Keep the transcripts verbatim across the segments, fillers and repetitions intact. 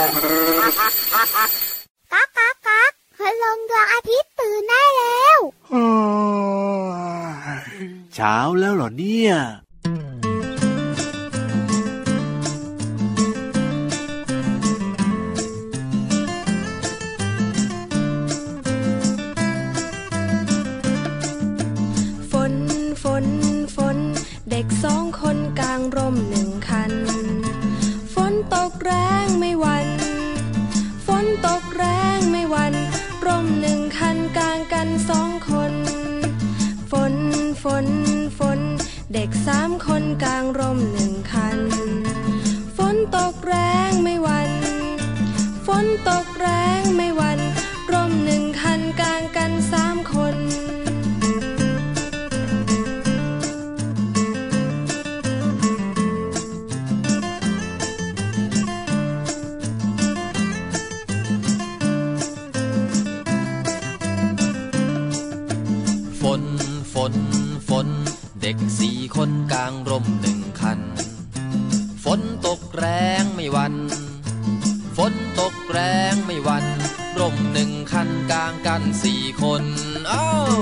ก๊ากก๊ากก๊ากคืนลงดวงอาทิตย์ตื่นได้แล้วเช้าแล้วเหรอเนี่ยฝนฝนฝนเด็กสองคนกลางร่มหนึ่งคันฝนตกแรงไม่หวั่นฝนตกแรงไม่หวั่นร่มหนึ่งคันกลางกันสองคนฝนฝนฝนเด็กสามคนกลางร่มหนึ่งคันฝนตกแรงไม่หวั่นฝนตกแรงไม่หวั่นร่มหนึ่งคันกลางกันสามคนฝนฝนฝนเด็กสี่คนกลางร่มหนึ่งคันฝนตกแรงไม่หวั่นฝนตกแรงไม่หวั่นร่มหนึ่งคันกลางกันสี่คนอ้าว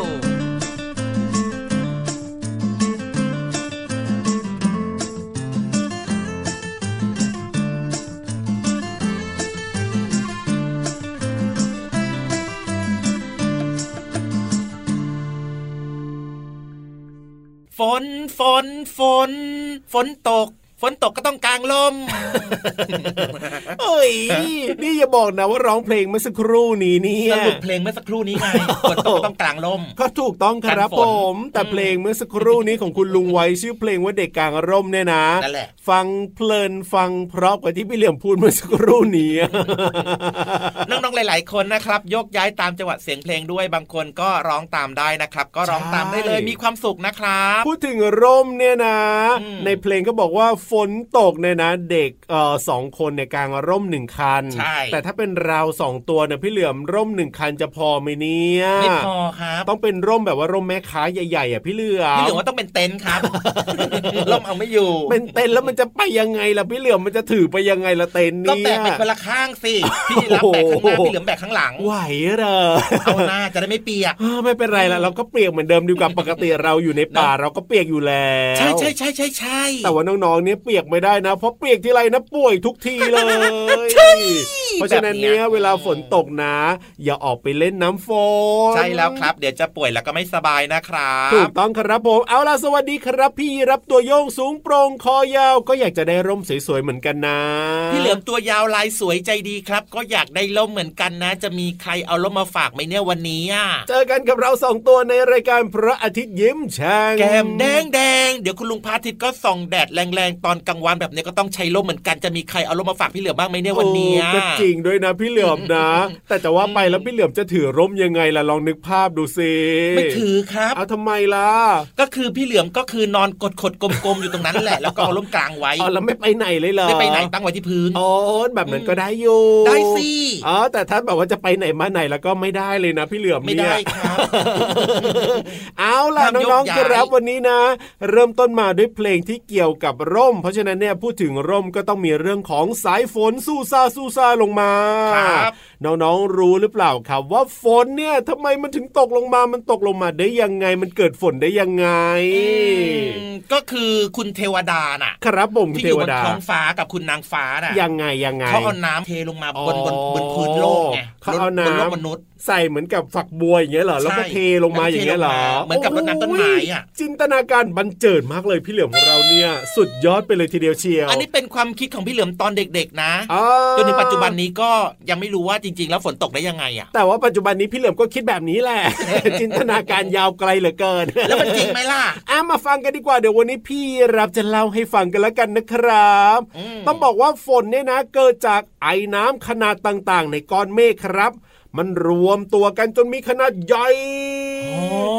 ฝนฝนฝนฝนตกฝนตกก็ต้องกางลมเอ้ยนี่อย่าบอกนะว่าร้องเพลงเมื่อสักครู่นี้เนี่ยสรุปเพลงเมื่อสักครู่นี้ไงฝนตกก็ต้องกางลมก็ถูกต้องครับผมแต่เพลงเมื่อสักครู่นี้ของคุณลุงไว้ชื่อเพลงว่าเด็กกางร่มเนี่ยนะนั่นแหละฟังเพลินฟังเพราะกว่าที่พี่เหลี่ยมพูดเมื่อสักครู่นี้น้องๆหลายๆคนนะครับยกย้ายตามจังหวะเสียงเพลงด้วยบางคนก็ร้องตามได้นะครับก็ร้องตามได้เลยมีความสุขนะครับพูดถึงร่มเนี่ยนะในเพลงก็บอกว่าฝนตกเนี่ยนะเด็กเอ่อสองคนในกลางร่มหนึ่งคันแต่ถ้าเป็นเราสองตัวเนี่ยพี่เหลือมร่มหนึ่งคันจะพอไหมเนี่ยไม่พอครับต้องเป็นร่มแบบว่าร่มแม่ค้าใหญ่ๆอ่ะพี่เหลือมพี่เหลือมว่าต้องเป็นเต็นท์ครับ ร่มเอาไม่อยู่เป็นเต็นท์แล้วมันจะไปยังไงล่ะพี่เหลือมมันจะถือไปยังไงล่ะเต็นท์เนี่ยก็แบกไปคนละข้างสิพี่รับแบกข้างหน้าพี่เหลือมแบกข้างหลังไหวเหรอเอาหน้าจะได้ไม่เปียกไม่เป็นไรละเราก็เปียกเหมือนเดิมดีกว่าปกติเราอยู่ในป่าเราก็เปียกอยู่แล้วใช่ใช่ใช่ใช่ใช่แต่ว่าน้องๆเนี่ยเปียกไม่ได้นะเพราะเปียกทีไรนะป่วยทุกทีเลยเพราะฉะนั้นเนี่ยเวลาฝนตกนะอย่าออกไปเล่นน้ำฝนใช่แล้วครับเดี๋ยวจะป่วยแล้วก็ไม่สบายนะครับถูกต้องครับผมเอาล่ะสวัสดีครับพี่รับตัวโยงสูงโปร่งคอยาวก็อยากจะได้ร่มสวยๆเหมือนกันนะพี่เหลือมตัวยาวลายสวยใจดีครับก็อยากได้ร่มเหมือนกันนะจะมีใครเอาร่มมาฝากไหมเนี่ยวันนี้อ่ะเจอกันกับเราสองตัวในรายการพระอาทิตย์ยิ้มแฉ่งแก้มแดงแดงเดี๋ยวคุณลุงพระอาทิตย์ก็ส่องแดดแรงๆตอนกลางวันแบบนี้ก็ต้องใช้ร่มเหมือนกันจะมีใครเอาร่มมาฝากพี่เหลือมบ้างไหมเนี่ยวันนี้ก็จริงด้วยนะพี่เหลือมนะแต่จะว่าไปแล้วพี่เหลือมจะถือร่มยังไงล่ะลองนึกภาพดูสิไม่ถือครับเอาทำไมล่ะก็คือพี่เหลือมก็คือนอนกดขดกลมๆอยู่ตรงนั้นแหละแล้วก็เอาร่มกลางไว้อ๋อแล้วไม่ไปไหนเลยเหรอไม่ไปไหนตั้งไว้ที่พื้นอ๋อแบบนั้นก็ได้อยู่ได้สิอ๋อแต่ถ้าแบบว่าจะไปไหนมาไหนแล้วก็ไม่ได้เลยนะพี่เหลือมไม่ได้ครับเอาล่ะน้องๆครับวันนี้นะเริ่มต้นมาด้วยเพลงที่เกี่ยวกับร่มเพราะฉะนั้นเนี่ยพูดถึงร่มก็ต้องมีเรื่องของสายฝนสู้ซ่าสู้ซ่าลงมาครับน้องๆรู้หรือเปล่าครับว่าฝนเนี่ยทำไมมันถึงตกลงมามันตกลงมาได้ยังไงมันเกิดฝนได้ยังไงก็คือคุณเทวดาน่ะครับผมที่อยู่บนท้องฟ้ากับคุณนางฟ้าน่ะยังไงยังไงเขาเอาน้ำเทลงมาบนบนบนพื้นโลกไงเขาเอาน้ำมนุษย์ใส่เหมือนกับฝักบัวอย่างเงี้ยเหรอแล้วก็เทลงมาอย่างเงี้ยเหรอเหมือนกับรดน้ำต้นไม้อ่ะจินตนาการบันเจิดมากเลยพี่เหลือมของเราเนี่ยสุดยอดไปเลยทีเดียวเชียวอันนี้เป็นความคิดของพี่เหลือมตอนเด็กๆนะจนถึงปัจจุบันนี้ก็ยังไม่รู้ว่าจริงๆแล้วฝนตกได้ยังไงอ่ะแต่ว่าปัจจุบันนี้พี่เหลือมก็คิดแบบนี้แหละ จินตนาการยาวไกลเหลือเกินแล้วมันจริงไหมล่ะอ่ะมาฟังกันดีกว่าเดี๋ยววันนี้พี่รับจะเล่าให้ฟังกันแล้วกันนะครับต้องบอกว่าฝนเนี่ยนะเกิดจากไอ้น้ำขนาดต่างๆในก้อนเมฆครับมันรวมตัวกันจนมีขนาดใหญ่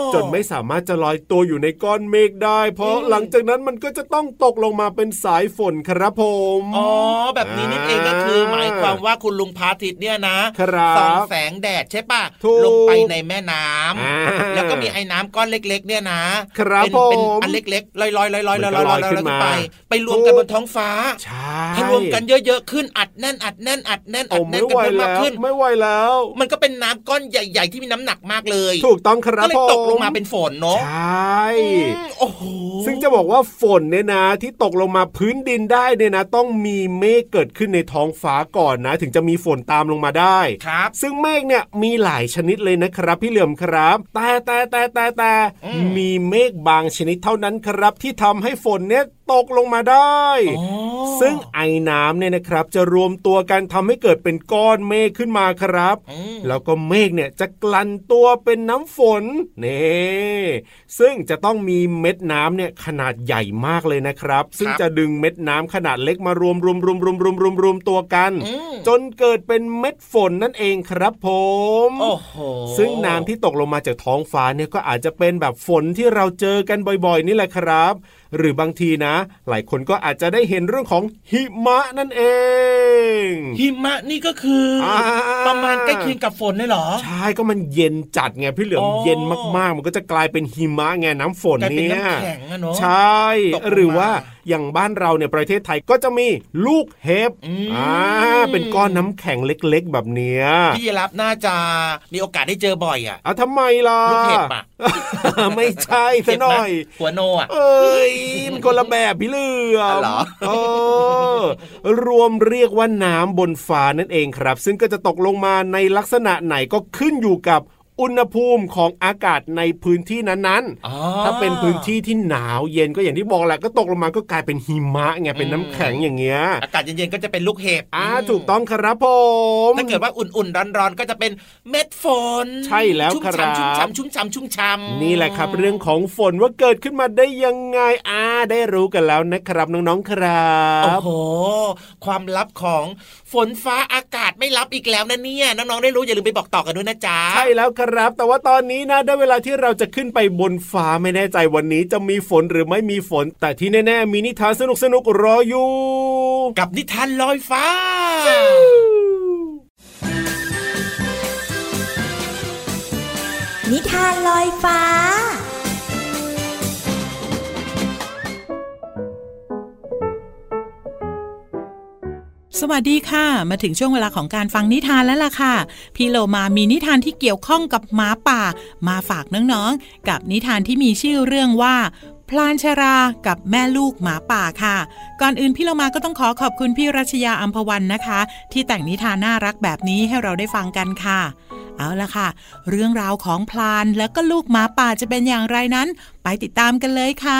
จนไม่สามารถจะลอยตัวอยู่ในก้อนเมฆได้เพราะหลังจากนั้นมันก็จะต้องตกลงมาเป็นสายฝนครับผมอ๋อแบบนี้นี่เองก็คือหมายความว่าคุณลุงพระอาทิตย์เนี่ยนะส่องแสงแดดใช่ป่ะลงไปในแม่น้ำแล้วก็มีไอ้น้ำก้อนเล็กๆเนี่ยนะเป็นเป็นอันเล็กๆลอยๆลอยๆลอยๆลอยๆขึ้นไปไปรวมกันบนท้องฟ้าถ้ารวมกันเยอะๆขึ้นอัดแน่นอัดแน่นอัดแน่นอัดแน่นกันมากขึ้นไม่ไหวแล้วมันก็เป็นน้ำก้อนใหญ่ๆที่มีน้ำหนักมากเลยถูกต้องครับก็เลยตกลงมาเป็นฝนเนาะใช่โอ้โหซึ่งจะบอกว่าฝนเนี่ยนะที่ตกลงมาพื้นดินได้เนี่ยนะต้องมีเมฆเกิดขึ้นในท้องฟ้าก่อนนะถึงจะมีฝนตามลงมาได้ครับซึ่งเมฆเนี่ยมีหลายชนิดเลยนะครับพี่เหลือมครับแต่แต่แต่แต่แต่มีเมฆบางชนิดเท่านั้นครับที่ทำให้ฝนเนี่ยตกลงมาได้ซึ่งไอ้น้ำเนี่ยนะครับจะรวมตัวกันทำให้เกิดเป็นก้อนเมฆขึ้นมาครับแล้วก็เมฆเนี่ยจะกลั่นตัวเป็นน้ำฝนนี่ซึ่งจะต้องมีเม็ดน้ำเนี่ยขนาดใหญ่มากเลยนะครับซึ่งจะดึงเม็ดน้ำขนาดเล็กมารวมรวมรวมรวมรวมรวมรวมตัวกันจนเกิดเป็นเม็ดฝนนั่นเองครับผมซึ่งน้ำที่ตกลงมาจากท้องฟ้าเนี่ยก็อาจจะเป็นแบบฝนที่เราเจอกันบ่อยๆนี่แหละครับหรือบางทีนะหลายคนก็อาจจะได้เห็นเรื่องของหิมะนั่นเองหิมะนี่ก็คือประมาณใกล้เคียงกับฝนเลยเหรอใช่ก็มันเย็นจัดไงพี่เหลือมเย็นมากๆมันก็จะกลายเป็นหิมะไงน้ำฝนเนี่ยกลายเป็นน้ำแข็งอะเนาะใช่หรือว่าอย่างบ้านเราเนี่ยประเทศไทยก็จะมีลูกเห็บอ่าเป็นก้อนน้ำแข็งเล็กๆแบบเนี้ยพี่ยีรับน่าจะมีโอกาสได้เจอบ่อยอ่ะอ่ะทำไมล่ะลูกเห็บอ่ะไม่ใช่ซะหน่อยหัวโนอ่ะเอ้ยมันคนละแบบพี่เหลือมเหรอเออรวมเรียกว่าน้ำบนฟ้านั่นเองครับซึ่งก็จะตกลงมาในลักษณะไหนก็ขึ้นอยู่กับอุณหภูมิของอากาศในพื้นที่นั้นๆถ้าเป็นพื้นที่ที่หนาวเย็นก็อย่างที่บอกแหละก็ตกลงมาก็กลายเป็นหิมะไงเป็นน้ำแข็งอย่างเงี้ยอากาศเย็นๆก็จะเป็นลูกเห็บอ่าถูกต้องครับผมถ้าเกิดว่าอุ่นๆร้อนๆก็จะเป็นเม็ดฝนใช่แล้วครับชุ่มฉ่ำชุ่มฉ่ำชุ่มฉ่ำนี่แหละครับเรื่องของฝนว่าเกิดขึ้นมาได้ยังไงอ่าได้รู้กันแล้วนะครับน้องๆครับโอ้โหความลับของฝนฟ้าอากาศไม่ลับอีกแล้วนะเนี่ยน้องๆได้รู้อย่าลืมไปบอกต่อกันด้วยนะจ๊ะใช่แล้วครับแต่ว่าตอนนี้นะได้เวลาที่เราจะขึ้นไปบนฟ้าไม่แน่ใจวันนี้จะมีฝนหรือไม่มีฝนแต่ที่แน่ๆมีนิทานสนุกๆรออยู่กับนิทานลอยฟ้านิทานลอยฟ้าสวัสดีค่ะมาถึงช่วงเวลาของการฟังนิทานแล้วล่ะค่ะพี่โลมามีนิทานที่เกี่ยวข้องกับหมาป่ามาฝากน้องๆกับนิทานที่มีชื่อเรื่องว่าพลานชรากับแม่ลูกหมาป่าค่ะก่อนอื่นพี่โลมาก็ต้องขอขอบคุณพี่รัชยาอัมพวันนะคะที่แต่งนิทานน่ารักแบบนี้ให้เราได้ฟังกันค่ะเอาล่ะค่ะเรื่องราวของพลานและก็ลูกหมาป่าจะเป็นอย่างไรนั้นไปติดตามกันเลยค่ะ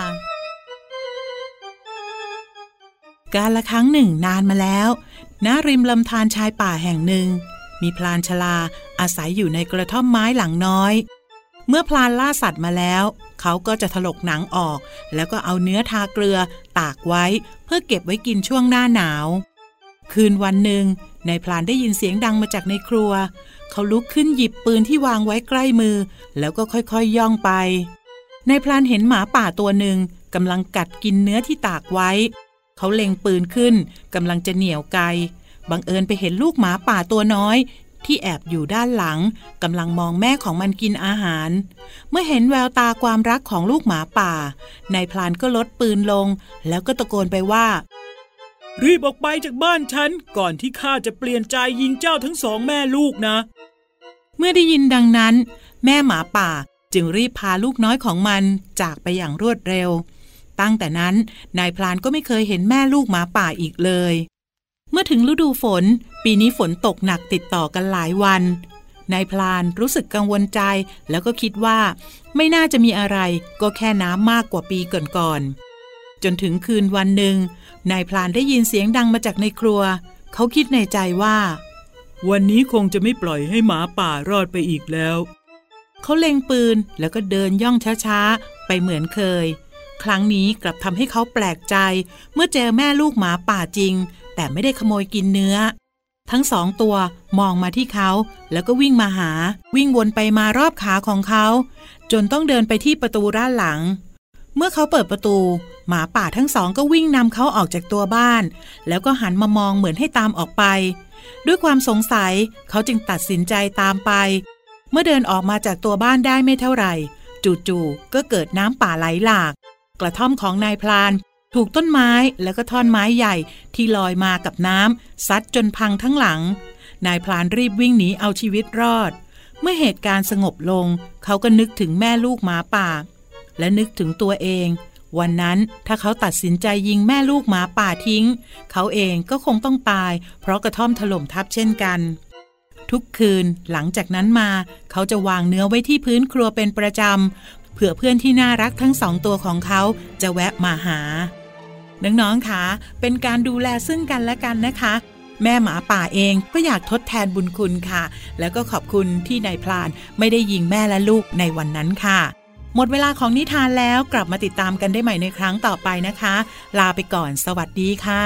กาลครั้งหนึ่งนานมาแล้วณริมลำธารชายป่าแห่งหนึ่งมีพลานชราอาศัยอยู่ในกระท่อมไม้หลังน้อยเมื่อพลานล่าสัตว์มาแล้วเขาก็จะถลกหนังออกแล้วก็เอาเนื้อทาเกลือตากไว้เพื่อเก็บไว้กินช่วงหน้าหนาวคืนวันหนึ่งนายพลานได้ยินเสียงดังมาจากในครัวเขาลุกขึ้นหยิบปืนที่วางไว้ใกล้มือแล้วก็ค่อยๆ ย, ย่องไปนายพลานเห็นหมาป่าตัวหนึ่งกำลังกัดกินเนื้อที่ตากไว้เขาเล็งปืนขึ้นกำลังจะเหนี่ยวไกบังเอิญไปเห็นลูกหมาป่าตัวน้อยที่แอบอยู่ด้านหลังกำลังมองแม่ของมันกินอาหารเมื่อเห็นแววตาความรักของลูกหมาป่านายพลานก็ลดปืนลงแล้วก็ตะโกนไปว่ารีบออกไปจากบ้านฉันก่อนที่ข้าจะเปลี่ยนใจยิงเจ้าทั้งสองแม่ลูกนะเมื่อได้ยินดังนั้นแม่หมาป่าจึงรีบพาลูกน้อยของมันจากไปอย่างรวดเร็วตั้งแต่นั้นนายพลานก็ไม่เคยเห็นแม่ลูกหมาป่าอีกเลยเมื่อถึงฤดูฝนปีนี้ฝนตกหนักติดต่อกันหลายวันนายพลานรู้สึกกังวลใจแล้วก็คิดว่าไม่น่าจะมีอะไรก็แค่น้ำมากกว่าปีก่อนๆจนถึงคืนวันหนึ่งนายพลานได้ยินเสียงดังมาจากในครัวเขาคิดในใจว่าวันนี้คงจะไม่ปล่อยให้หมาป่ารอดไปอีกแล้วเขาเล็งปืนแล้วก็เดินย่องช้าๆไปเหมือนเคยครั้งนี้กลับทำให้เขาแปลกใจเมื่อเจอแม่ลูกหมาป่าจริงแต่ไม่ได้ขโมยกินเนื้อทั้งสองตัวมองมาที่เขาแล้วก็วิ่งมาหาวิ่งวนไปมารอบขาของเขาจนต้องเดินไปที่ประตูด้านหลังเมื่อเขาเปิดประตูหมาป่าทั้งสองก็วิ่งนำเขาออกจากตัวบ้านแล้วก็หันมามองเหมือนให้ตามออกไปด้วยความสงสัยเขาจึงตัดสินใจตามไปเมื่อเดินออกมาจากตัวบ้านได้ไม่เท่าไหร่จู่ๆก็เกิดน้ำป่าไหลหลากกระท่อมของนายพลานถูกต้นไม้แล้วก็ท่อนไม้ใหญ่ที่ลอยมากับน้ำซัดจนพังทั้งหลังนายพลานรีบวิ่งหนีเอาชีวิตรอดเมื่อเหตุการณ์สงบลงเขาก็นึกถึงแม่ลูกหมาป่าและนึกถึงตัวเองวันนั้นถ้าเขาตัดสินใจยิงแม่ลูกหมาป่าทิ้งเขาเองก็คงต้องตายเพราะกระท่อมถล่มทับเช่นกันทุกคืนหลังจากนั้นมาเขาจะวางเนื้อไว้ที่พื้นครัวเป็นประจำเผื่อเพื่อนที่น่ารักทั้งสองตัวของเขาจะแวะมาหาน้องๆคะเป็นการดูแลซึ่งกันและกันนะคะแม่หมาป่าเองก็อยากทดแทนบุญคุณค่ะแล้วก็ขอบคุณที่นายพลานไม่ได้ยิงแม่และลูกในวันนั้นค่ะหมดเวลาของนิทานแล้วกลับมาติดตามกันได้ใหม่ในครั้งต่อไปนะคะลาไปก่อนสวัสดีค่ะ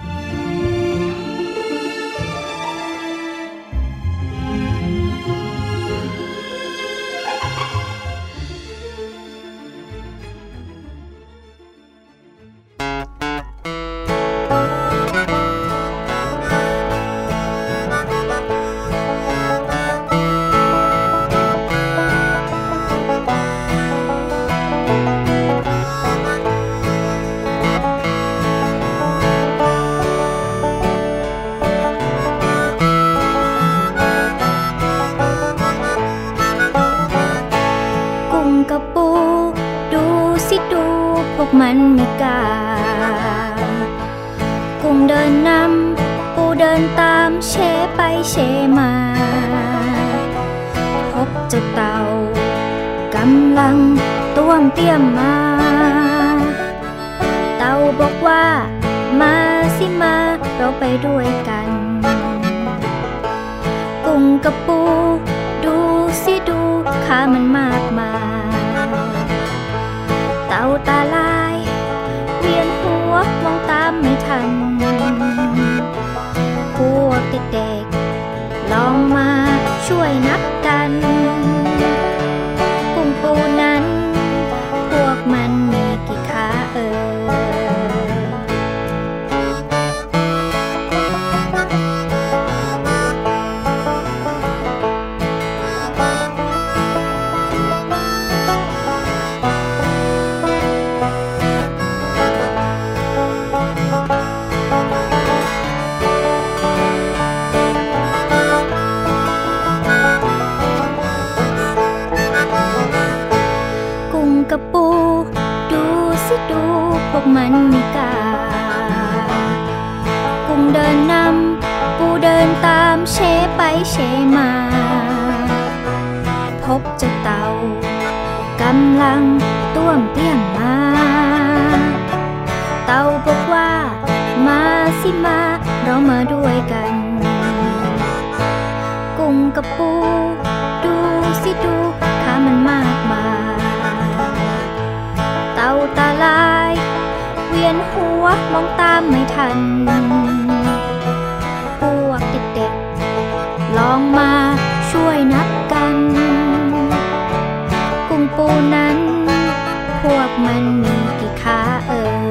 มันมีกากุ้งเดินนำปูเดินตามเชไปเชมาพบเจ้าเต่ากำลังต้วมเตี้ยมมาเต่าบอกว่ามาสิมาเราไปด้วยกันกุ้งกับปูดูสิดูข้ามันมากมายเต่าตาลายเวียนหัวมองตามไม่ทันพวกเด็กๆลองมาช่วยนับกันกุ้งปูนั้นพวกมันมีกี่ขาเอ่ยมันมีกากุ้งเดินนำปูเดินตามเชไปเชมาพบเจ้าเต่ากำลังต้วมเตี้ยมมาเต่าบอกว่ามาสิมาเรามาด้วยกันกุ้งกับปูดูสิดูข้ามันมากมายเต่าตาลายเวียนหัวมองตามไม่ทันพวกเด็กๆลองมาช่วยนับกันกุ้งปูนั้นพวกมันมีกี่ขาเอ่ย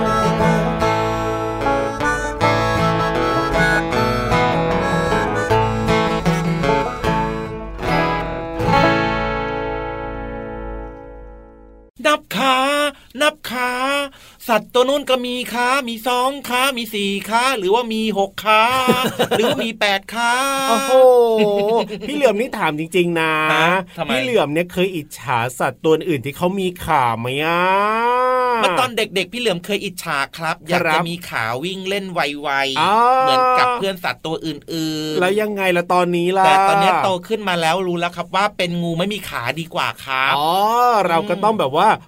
นับขานับขาสัตว์ตัวนู้นก็มีขามีสองขามีสี่ขาหรือว่ามีหกขาหรือว่ามีแปดขาโอ้โหพี่เหลือมนี่ถามจริงๆนะพี่เหลือมเนี่ยเคยอิจฉาสัตว์ตัวอื่นที่เขามีขาไหมอ่ะเมื่อตอนเด็กๆพี่เหลือมเคยอิจฉาครับอยากจะมีขาวิ่งเล่นไวๆเหมือนกับเพื่อนสัตว์ตัวอื่นๆแล้วยังไงล่ะตอนนี้ล่ะแต่ตอนนี้โตขึ้นมาแล้วรู้แล้วครับว่าเป็นงูไม่มีขาดีกว่าครับอ๋อเราก็ต้องแบบว่า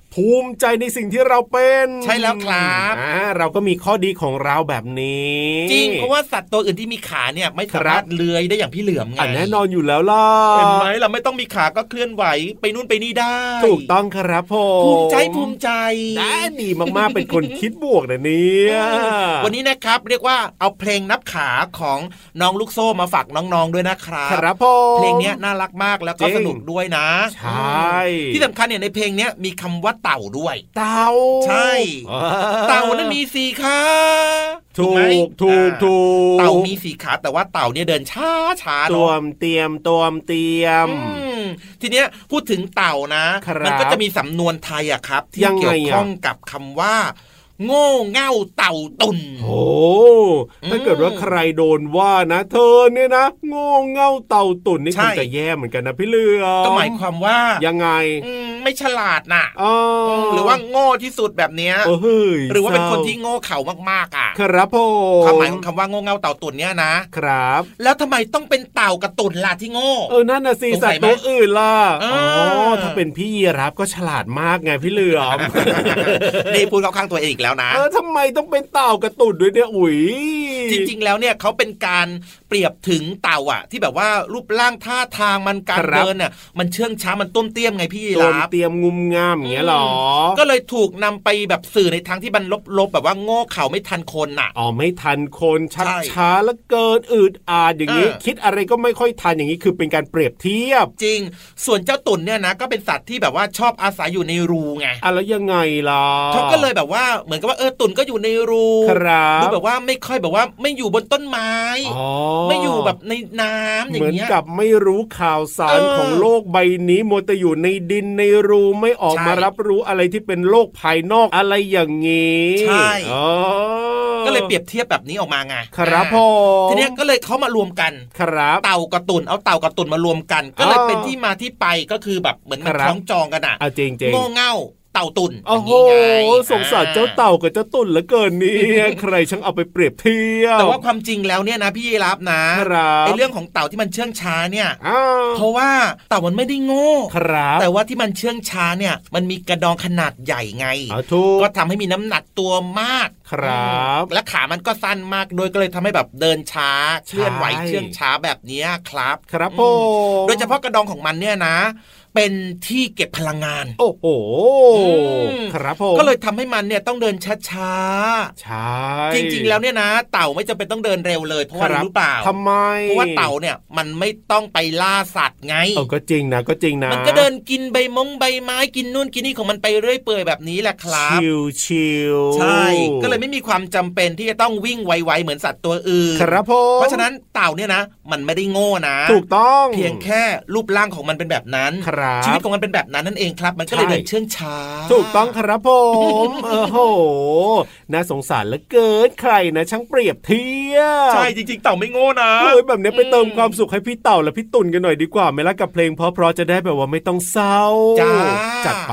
ภูมิใจในสิ่งที่เราเป็นใช่แล้วครับอ่าเราก็มีข้อดีของเราแบบนี้จริงเพราะว่าสัตว์ตัวอื่นที่มีขาเนี่ยไม่สามารถเลื้อยได้อย่างพี่เหลือมไงแน่นอนอยู่แล้วล่ะเห็นไหมเราไม่ต้องมีขาก็เคลื่อนไหวไปนู่นไปนี่ได้ถูกต้องครับผมภูมิใจภูมิใจได้ดีมากๆเป็นคนคิดบวกนะเนี่ยวันนี้นะครับเรียกว่าเอาเพลงนับขาของน้องลูกโซ่มาฝากน้องๆด้วยนะครับครับผมเพลงนี้น่ารักมากแล้วก็สนุกด้วยนะใช่ที่สำคัญเนี่ยในเพลงนี้มีคำว่าเต่าด้วยเต่าใช่เต่านั้นมีสี่ขาถูกถูกถูกเต่ามีสี่ขาแต่ว่าเต่าเนี่ยเดินช้าช้าเนาะตัวมเตรียมตัวมเตรียมทีเนี้ยพูดถึงเต่านะมันก็จะมีสำนวนไทยอะครับที่เกี่ยวข้องกับคำว่าโง่เง่าเต่าตุ่นโอ้ถ้าเกิดว่าใครโดนว่านะเธอเนี่ยนะโง่เง่าเต่าตุ่นนี่คงจะแย่เหมือนกันนะพี่เลือก็หมายความว่ายังไงไม่ฉลาดน่ะหรือว่าโง่ที่สุดแบบเนี้ยหรือว่าเป็นคนที่โง่เขามากๆอ่ะครับผมความหมายของคำว่าโง่เง่าเต่าตุ่นเนี่ยนะครับแล้วทำไมต้องเป็นเต่ากับตุ่นล่ะที่โง่เออนั่นน่ะสิสัตว์ตัวอื่นล่ะอ๋อถ้าเป็นพี่รับก็ฉลาดมากไงพี่เหลือมนี่พูดเข้าข้างตัวเองอีกแล้วนะเออทำไมต้องเป็นเต่ากับตุ่นด้วยเนี่ยอุ๋ยจริงๆแล้วเนี่ยเขาเป็นการเปรียบถึงเต่าอ่ะที่แบบว่ารูปร่างท่าทางมันการเดินเนี่ยมันเชื่องช้ามันต้มเตี้ยมไงพี่รับต้มเตี้ยมงุมงามอย่างเงี้ยหรอก็เลยถูกนำไปแบบสื่อในทางที่มันลบๆแบบว่าโง่เขลาไม่ทันคนน่ะอ๋อไม่ทันคนชักช้าแล้วเกินอืดอาดอย่างงี้คิดอะไรก็ไม่ค่อยทันอย่างนี้คือเป็นการเปรียบเทียบจริงส่วนเจ้าตุ่นเนี่ยนะก็เป็นสัตว์ที่แบบว่าชอบอาศัยอยู่ในรูไงอ่ะแล้วยังไงล่ะเขาก็เลยแบบว่าเหมือนกับว่าเออตุ่นก็อยู่ในรูดูแบบว่าไม่ค่อยแบบว่าไม่อยู่บนต้นไม้ไม่อยู่แบบในน้ำอย่างเงี้ยเหมือนกับไม่รู้ข่าวสารของโลกใบนี้มัวแต่อยู่ในดินในรูไม่ออกมารับรู้อะไรที่เป็นโลกภายนอกอะไรอย่างงี้ใช่ก็เลยเปรียบเทียบแบบนี้ออกมาไงครับพ่อทีนี้ก็เลยเขามารวมกันครับเต่ากับตุ่นเอาเต่ากับตุ่นมารวมกันก็เลยเป็นที่มาที่ไปก็คือแบบเหมือนมันคล้องจองกันอ่ะจริงๆโง่เง่าเต่าตุ่นโอ้โหสงสารเจ้าเต่ากับเจ้าตุ่นเหลือเกินนี่ใครช่างเอาไปเปรียบเทียบแต่ว่าความจริงแล้วเนี่ยนะพี่รับนะไอ้เรื่องของเต่าที่มันเชื่องช้าเนี่ยเพราะว่าเต่ามันไม่ได้โง่แต่ว่าที่มันเชื่องช้าเนี่ยมันมีกระดองขนาดใหญ่ไงก็ทำให้มีน้ำหนักตัวมากครับและขามันก็สั้นมากโดยก็เลยทำให้แบบเดินช้าเคลื่อนไหวเชื่องช้าแบบนี้ครับครับผมโดยเฉพาะกระดองของมันเนี่ยนะเป็นที่เก็บพลังงานโอ้โหครับผมก็เลยทำให้มันเนี่ยต้องเดินช้าๆใช่จริงๆแล้วเนี่ยนะเต่าไม่จำเป็นต้องเดินเร็วเลยเพราะว่ารู้เปล่าทำไมเพราะว่าเต่าเนี่ยมันไม่ต้องไปล่าสัตว์ไงเออก็จริงนะก็จริงนะมันก็เดินกินใบมงใบไม้กินนู่นกินนี่ของมันไปเรื่อยเปื่อยแบบนี้แหละครับชิวชิวใช่ก็เลยไม่มีความจำเป็นที่จะต้องวิ่งไวๆเหมือนสัตว์ตัวอื่นครับผมเพราะฉะนั้นเต่าเนี่ยนะมันไม่ได้โง่นะถูกต้องเพียงแค่รูปร่างของมันเป็นแบบนั้นชีวิตของมันเป็นแบบนั้นนั่นเองครับมันก็เลยเดินเชื่องช้าถูกต้องครับผมโอ้โหน่าสงสารเหลือเกินใครนะช่างเปรียบเทียบใช่จริงๆเต่าไม่โง่นะเฮ้ยแบบนี้ไปเติมความสุขให้พี่เต่าและพี่ตุ่นกันหน่อยดีกว่าไหมล่ะกับเพลงเพราะๆจะได้แบบว่าไม่ต้องเศร้าจัดไป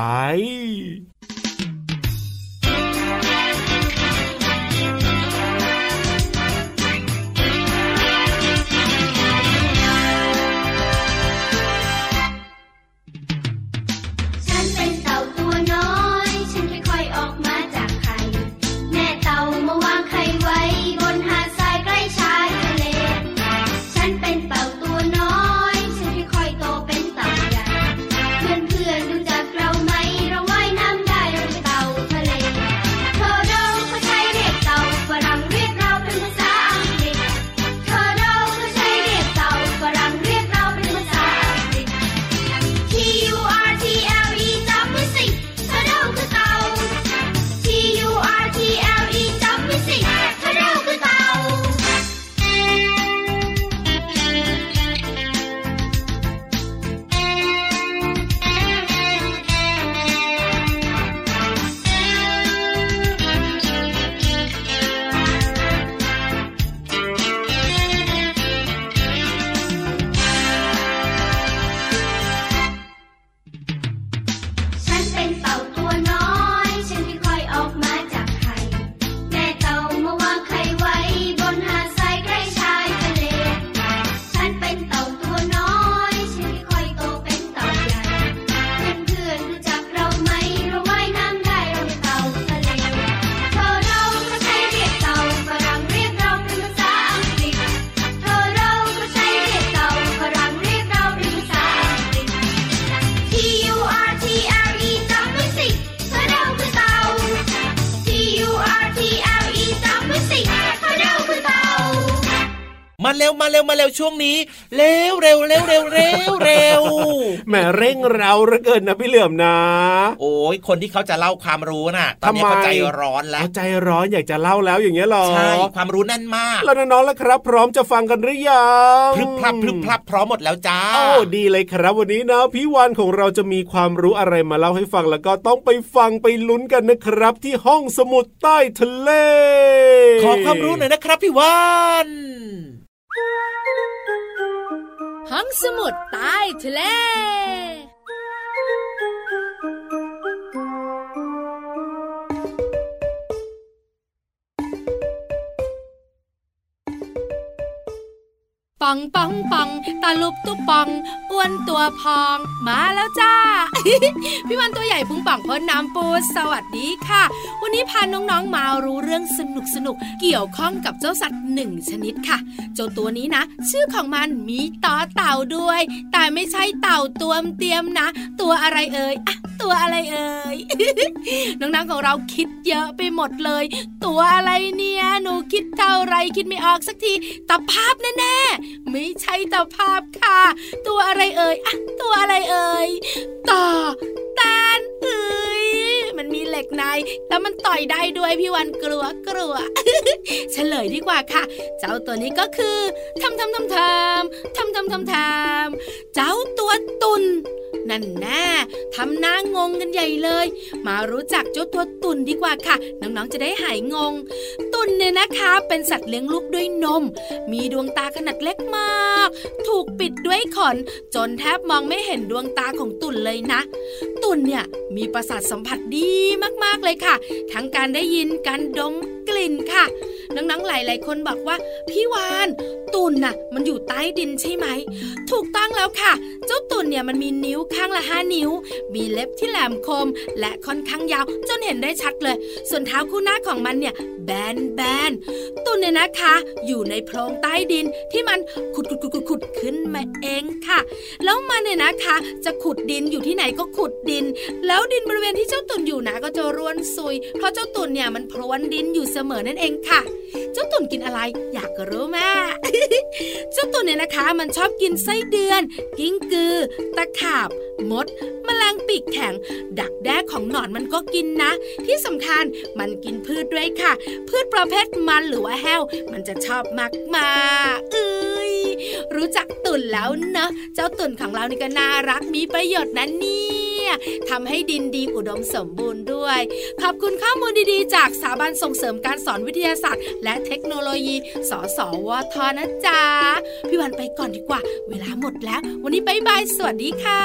เพื่อนๆรู้จักเราไหมเราว่ายน้ำได้มาเร็วมาเร็วมาเร็วช่วงนี้เร็วเร็วเร็วเร็วเร็วเร็วแหมเร่งเราเหลือเกินนะพี่เหลือมนะโอ้ยคนที่เขาจะเล่าความรู้น่ะตอนนี้เขาใจร้อนแล้วใจร้อนอยากจะเล่าแล้วอย่างเงี้ยหรอใช่ความรู้แน่นมากแล้วน้องๆล่ะครับพร้อมจะฟังกันหรือยังพรึบพรับพรึบพรับพร้อมหมดแล้วจ้าโอ้ดีเลยครับวันนี้นะพี่วานของเราจะมีความรู้อะไรมาเล่าให้ฟังแล้วก็ต้องไปฟังไปลุ้นกันนะครับที่ห้องสมุดใต้ทะเลขอความรู้หน่อยนะครับพี่วานห้องสมุดใต้ทะเลปังปังปังตาลุบตุ๊บปังอ้วนตัวพองมาแล้วจ้า พี่วันตัวใหญ่พุงปังพ้นน้ำปูสวัสดีค่ะวันนี้พาน้องๆมารู้เรื่องสนุกสนุกเกี่ยวข้องกับเจ้าสัตว์หนึ่งชนิดค่ะเจ้าตัวนี้นะชื่อของมันมีต่อเต่าด้วยแต่ไม่ใช่เต่าตัวเตียมนะตัวอะไรเอ่ยอะตัวอะไรเอ่ย น้องๆของเราคิดเยอะไปหมดเลยตัวอะไรเนี่ยหนูคิดเท่าไรคิดไม่ออกสักทีตาภาพแน่ๆไม่ใช่ตาภาพค่ะตัวอะไรเอ่ยอะตัวอะไรเอ่ยต่อแตนเอ่ยมันมีเหล็กในแล้วมันต่อยได้ด้วยพี่วันกลัวกลัว เฉลยดีกว่าค่ะเจ้าตัวนี้ก็คือทำทำทำทำทำทำทำทำเจ้าตัวตุ่นนั่นแน่ทำหน้างงกันใหญ่เลยมารู้จักเจ้าตัวตุ่นดีกว่าค่ะน้องๆจะได้หายงงตุ่นเนี่ยนะคะเป็นสัตว์เลี้ยงลูกด้วยนมมีดวงตาขนาดเล็กมากถูกปิดด้วยขนจนแทบมองไม่เห็นดวงตาของตุ่นเลยนะตุ่นเนี่ยมีประสาทสัมผัสดีมากๆเลยค่ะทั้งการได้ยินการดมกลิ่นค่ะน้องๆหลายๆคนบอกว่าพี่วานตุ่นน่ะมันอยู่ใต้ดินใช่ไหมถูกต้องแล้วค่ะเจ้าตุ่นเนี่ยมันมีนิ้วข้างละห้านิ้วมีเล็บที่แหลมคมและค่อนข้างยาวจนเห็นได้ชัดเลยส่วนเท้าคู่หน้าของมันเนี่ยแบนแบนตุ่นเนี่ยนะคะอยู่ในโพรงใต้ดินที่มันขุดขุดขุดขุดขึ้นมาเองค่ะแล้วมันเนี่ยนะคะจะขุดดินอยู่ที่ไหนก็ขุดดินแล้วดินบริเวณที่เจ้าตุ่นอยู่นะก็จะร่วนซุยเพราะเจ้าตุ่นเนี่ยมันพรวนดินอยู่เสมอนั่นเองค่ะเจ้าตุ่นกินอะไรอยากรู้ไหม เจ้าตุ่นเนี่ยนะคะมันชอบกินไส้เดือนกิ้งกือตะขาบมดแมลงปีกแข็งดักแด้ของหนอนมันก็กินนะที่สำคัญมันกินพืชด้วยค่ะพืชประเภทมันหรือว่าแห้วมันจะชอบมากมาเอ้ยรู้จักตุ่นแล้วเนอะเจ้าตุ่นของเรานี่ก็น่ารักมีประโยชน์นะเนี่ยทำให้ดินดีอุดมสมบูรณ์ด้วยขอบคุณข้อมูลดีๆจากสถาบันส่งเสริมการสอนวิทยาศาสตร์และเทคโนโลยีสสวทนะจ๊ะพี่วันไปก่อนดีกว่าเวลาหมดแล้ววันนี้บ๊ายบายสวัสดีค่ะ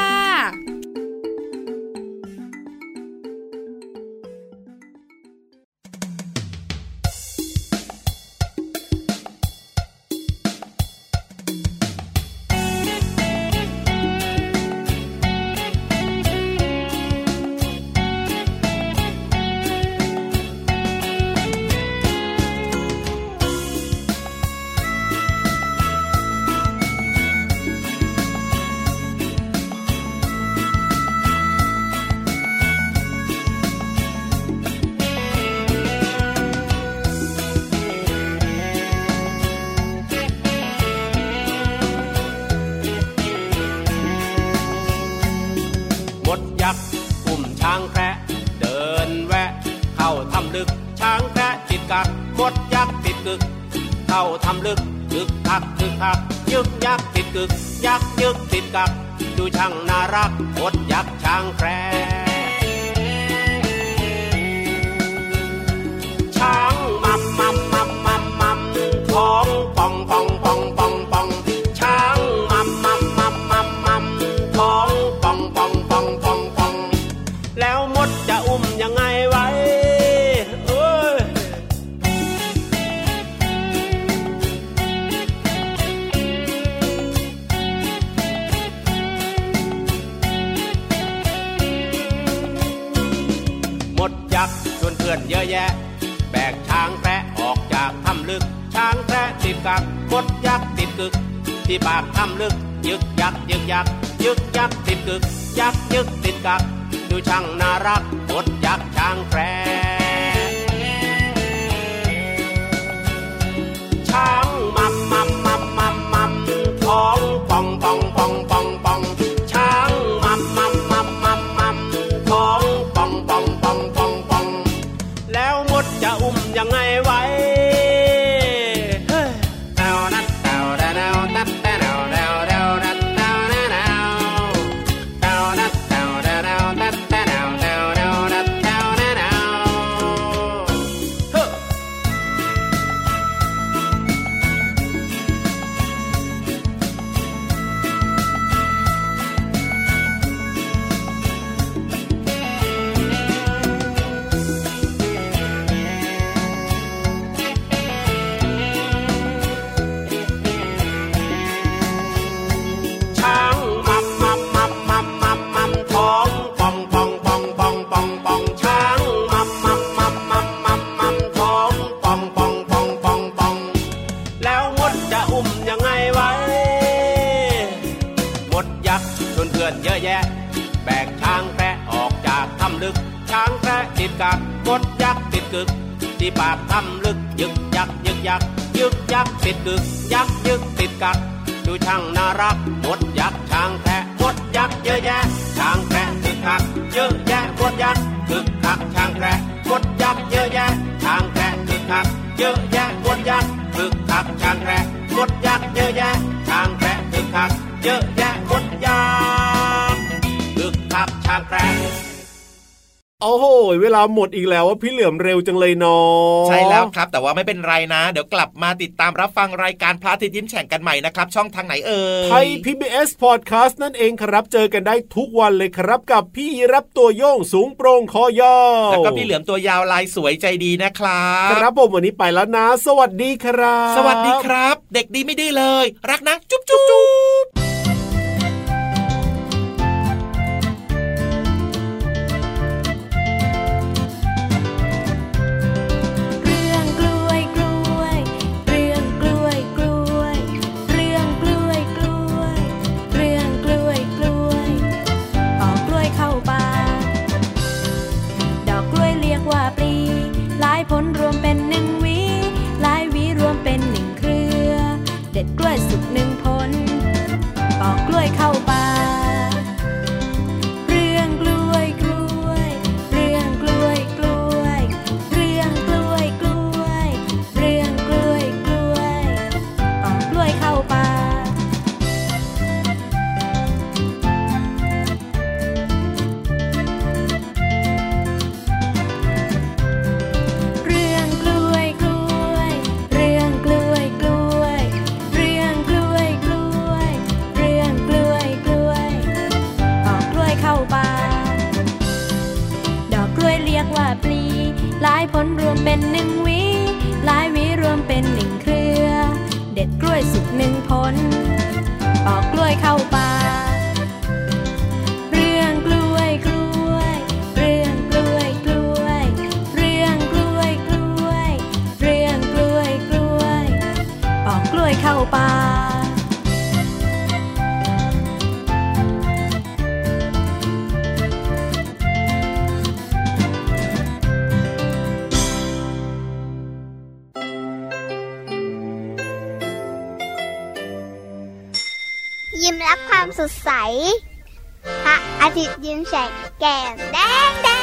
เข้าทำลึกคึกคักคึกคักยึกยักติดกึกยักยึกติดกักดูช่างน่ารักอดยักช้างแคร์ช้างมัมมัมมัมมัมมัมท้องป่องป่องป่องป่องป่องช้างมัมมัมมัมมัมมัมท้องป่องป่องป่องป่องป่องแล้วมดจะอุ้มยังไงไว้ชวนเพื่อนเยอะแยะแบกช้างแพะออกจากถ้ำลึกช้างแพะติดกักมดยักษ์ติดกึกที่ปากถ้ำลึกยึกยักยึกยักยึกยักติดกึกยักยึกติดกักดูช่างน่ารักมดยักษ์ช้างแพะช้างมัมมัมมัมมัจะอุ้มยังไงไว้หมดยักษ์ชวนเพื่อนเยอะแยะแบกช้างแพะออกจากถ้ำลึกช้างแพะติดกักมดยักษ์ติดกึกที่ปากถ้ำลึกยึกยักยึกยักยึกยักติดกึกยักยึกติดกักดูช่างน่ารักมดยักษ์ช้างแพะมดยักษ์เยอะแยะช้างแพะคึกคักเยอะแยะมดยักษ์คึกคักช้างแพะมดยักษ์เยอะแยะช้างแพะคึกคักเยอะแยะมดยักษ์คึกคักช้างแพะมดยักษ์เยอะแยะช้างแพะคึกคักเยอะแยะมดยักษ์คึกคักช้างแพะโอ้โหเวลาหมดอีกแล้วว่าพี่เหลือมเร็วจังเลยเนาะใช่แล้วครับแต่ว่าไม่เป็นไรนะเดี๋ยวกลับมาติดตามรับฟังรายการพระอาทิตย์ยิ้มแฉ่งกันใหม่นะครับช่องทางไหนเอ่ยไทย พี บี เอส Podcast นั่นเองครับเจอกันได้ทุกวันเลยครับกับพี่รับตัวโยงสูงโปร่งคอยาวแล้วก็พี่เหลือมตัวยาวลายสวยใจดีนะครับครับผมวันนี้ไปแล้วนะสวัสดีครับสวัสดีครับเด็กดีไม่ดีเลยรักนะจุ๊บจุ๊บจุ๊บผลรวมเป็นหนึ่งหวีหลายหวีรวมเป็นหนึ่งเครือเด็ดกล้วยสุกหนึ่งผลปอกกล้วยเข้าป่าเรื่องกล้วยกล้วยเรื่องกล้วยกล้วยเรื่องกล้วยกล้วยเรื่องกล้วยกล้วยปอกกล้วยเข้าป่าหลายผลรวมเป็นหนึ่งหวีหลายหวีรวมเป็นหนึ่งเครือเด็ดกล้วยสุกหนึ่งผลปอกกล้วยเข้าป่าเรื่องกล้วยกล้วยเรื่องกล้วยกล้วยเรื่องกล้วยกล้วยเรื่องกล้วยกล้วยปอกกล้วยเข้าป่ายิ้มรับความสดใสพระอาทิตย์ยิ้มแฉกแก้มแดงแดง